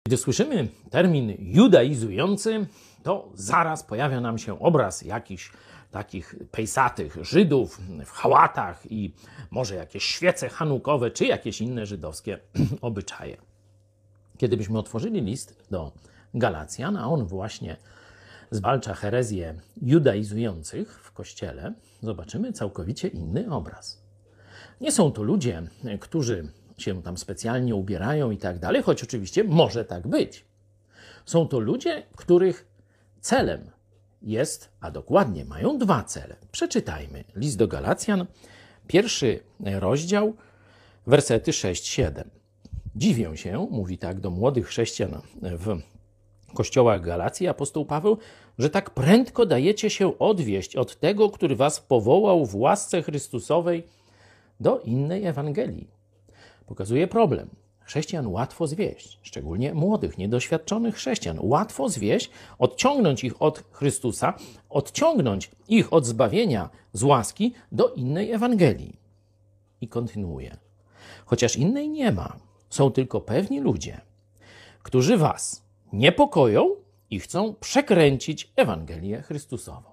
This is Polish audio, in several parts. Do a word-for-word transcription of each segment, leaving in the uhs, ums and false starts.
Gdy słyszymy termin judaizujący, to zaraz pojawia nam się obraz jakichś takich pejsatych Żydów w hałatach i może jakieś świece hanukowe, czy jakieś inne żydowskie obyczaje. Kiedy byśmy otworzyli list do Galacjan, a on właśnie zwalcza herezję judaizujących w Kościele, zobaczymy całkowicie inny obraz. Nie są to ludzie, którzy się tam specjalnie ubierają i tak dalej, choć oczywiście może tak być. Są to ludzie, których celem jest, a dokładnie mają dwa cele. Przeczytajmy list do Galacjan, pierwszy rozdział, wersety sześć siedem. Dziwię się, mówi tak do młodych chrześcijan w kościołach Galacji apostoł Paweł, że tak prędko dajecie się odwieść od tego, który was powołał w łasce Chrystusowej do innej Ewangelii. Pokazuje problem. Chrześcijan łatwo zwieść, szczególnie młodych, niedoświadczonych chrześcijan. Łatwo zwieść, odciągnąć ich od Chrystusa, odciągnąć ich od zbawienia z łaski do innej Ewangelii. I kontynuuje. Chociaż innej nie ma, są tylko pewni ludzie, którzy was niepokoją i chcą przekręcić Ewangelię Chrystusową.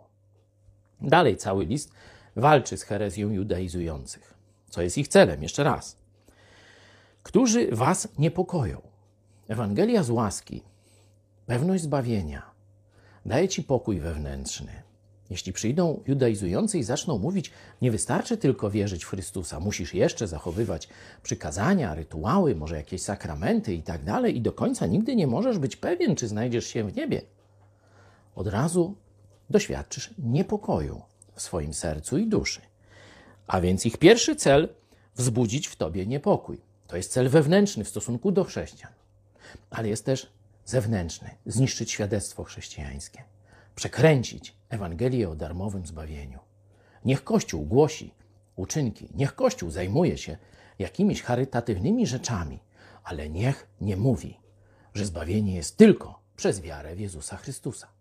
Dalej cały list walczy z herezją judaizujących. Co jest ich celem? Jeszcze raz. Którzy was niepokoją. Ewangelia z łaski, pewność zbawienia, daje ci pokój wewnętrzny. Jeśli przyjdą judaizujący i zaczną mówić, nie wystarczy tylko wierzyć w Chrystusa, musisz jeszcze zachowywać przykazania, rytuały, może jakieś sakramenty i tak dalej i do końca nigdy nie możesz być pewien, czy znajdziesz się w niebie. Od razu doświadczysz niepokoju w swoim sercu i duszy. A więc ich pierwszy cel – wzbudzić w tobie niepokój. To jest cel wewnętrzny w stosunku do chrześcijan. Ale jest też zewnętrzny – zniszczyć świadectwo chrześcijańskie. Przekręcić Ewangelię o darmowym zbawieniu. Niech Kościół głosi uczynki, niech Kościół zajmuje się jakimiś charytatywnymi rzeczami, ale niech nie mówi, że zbawienie jest tylko przez wiarę w Jezusa Chrystusa.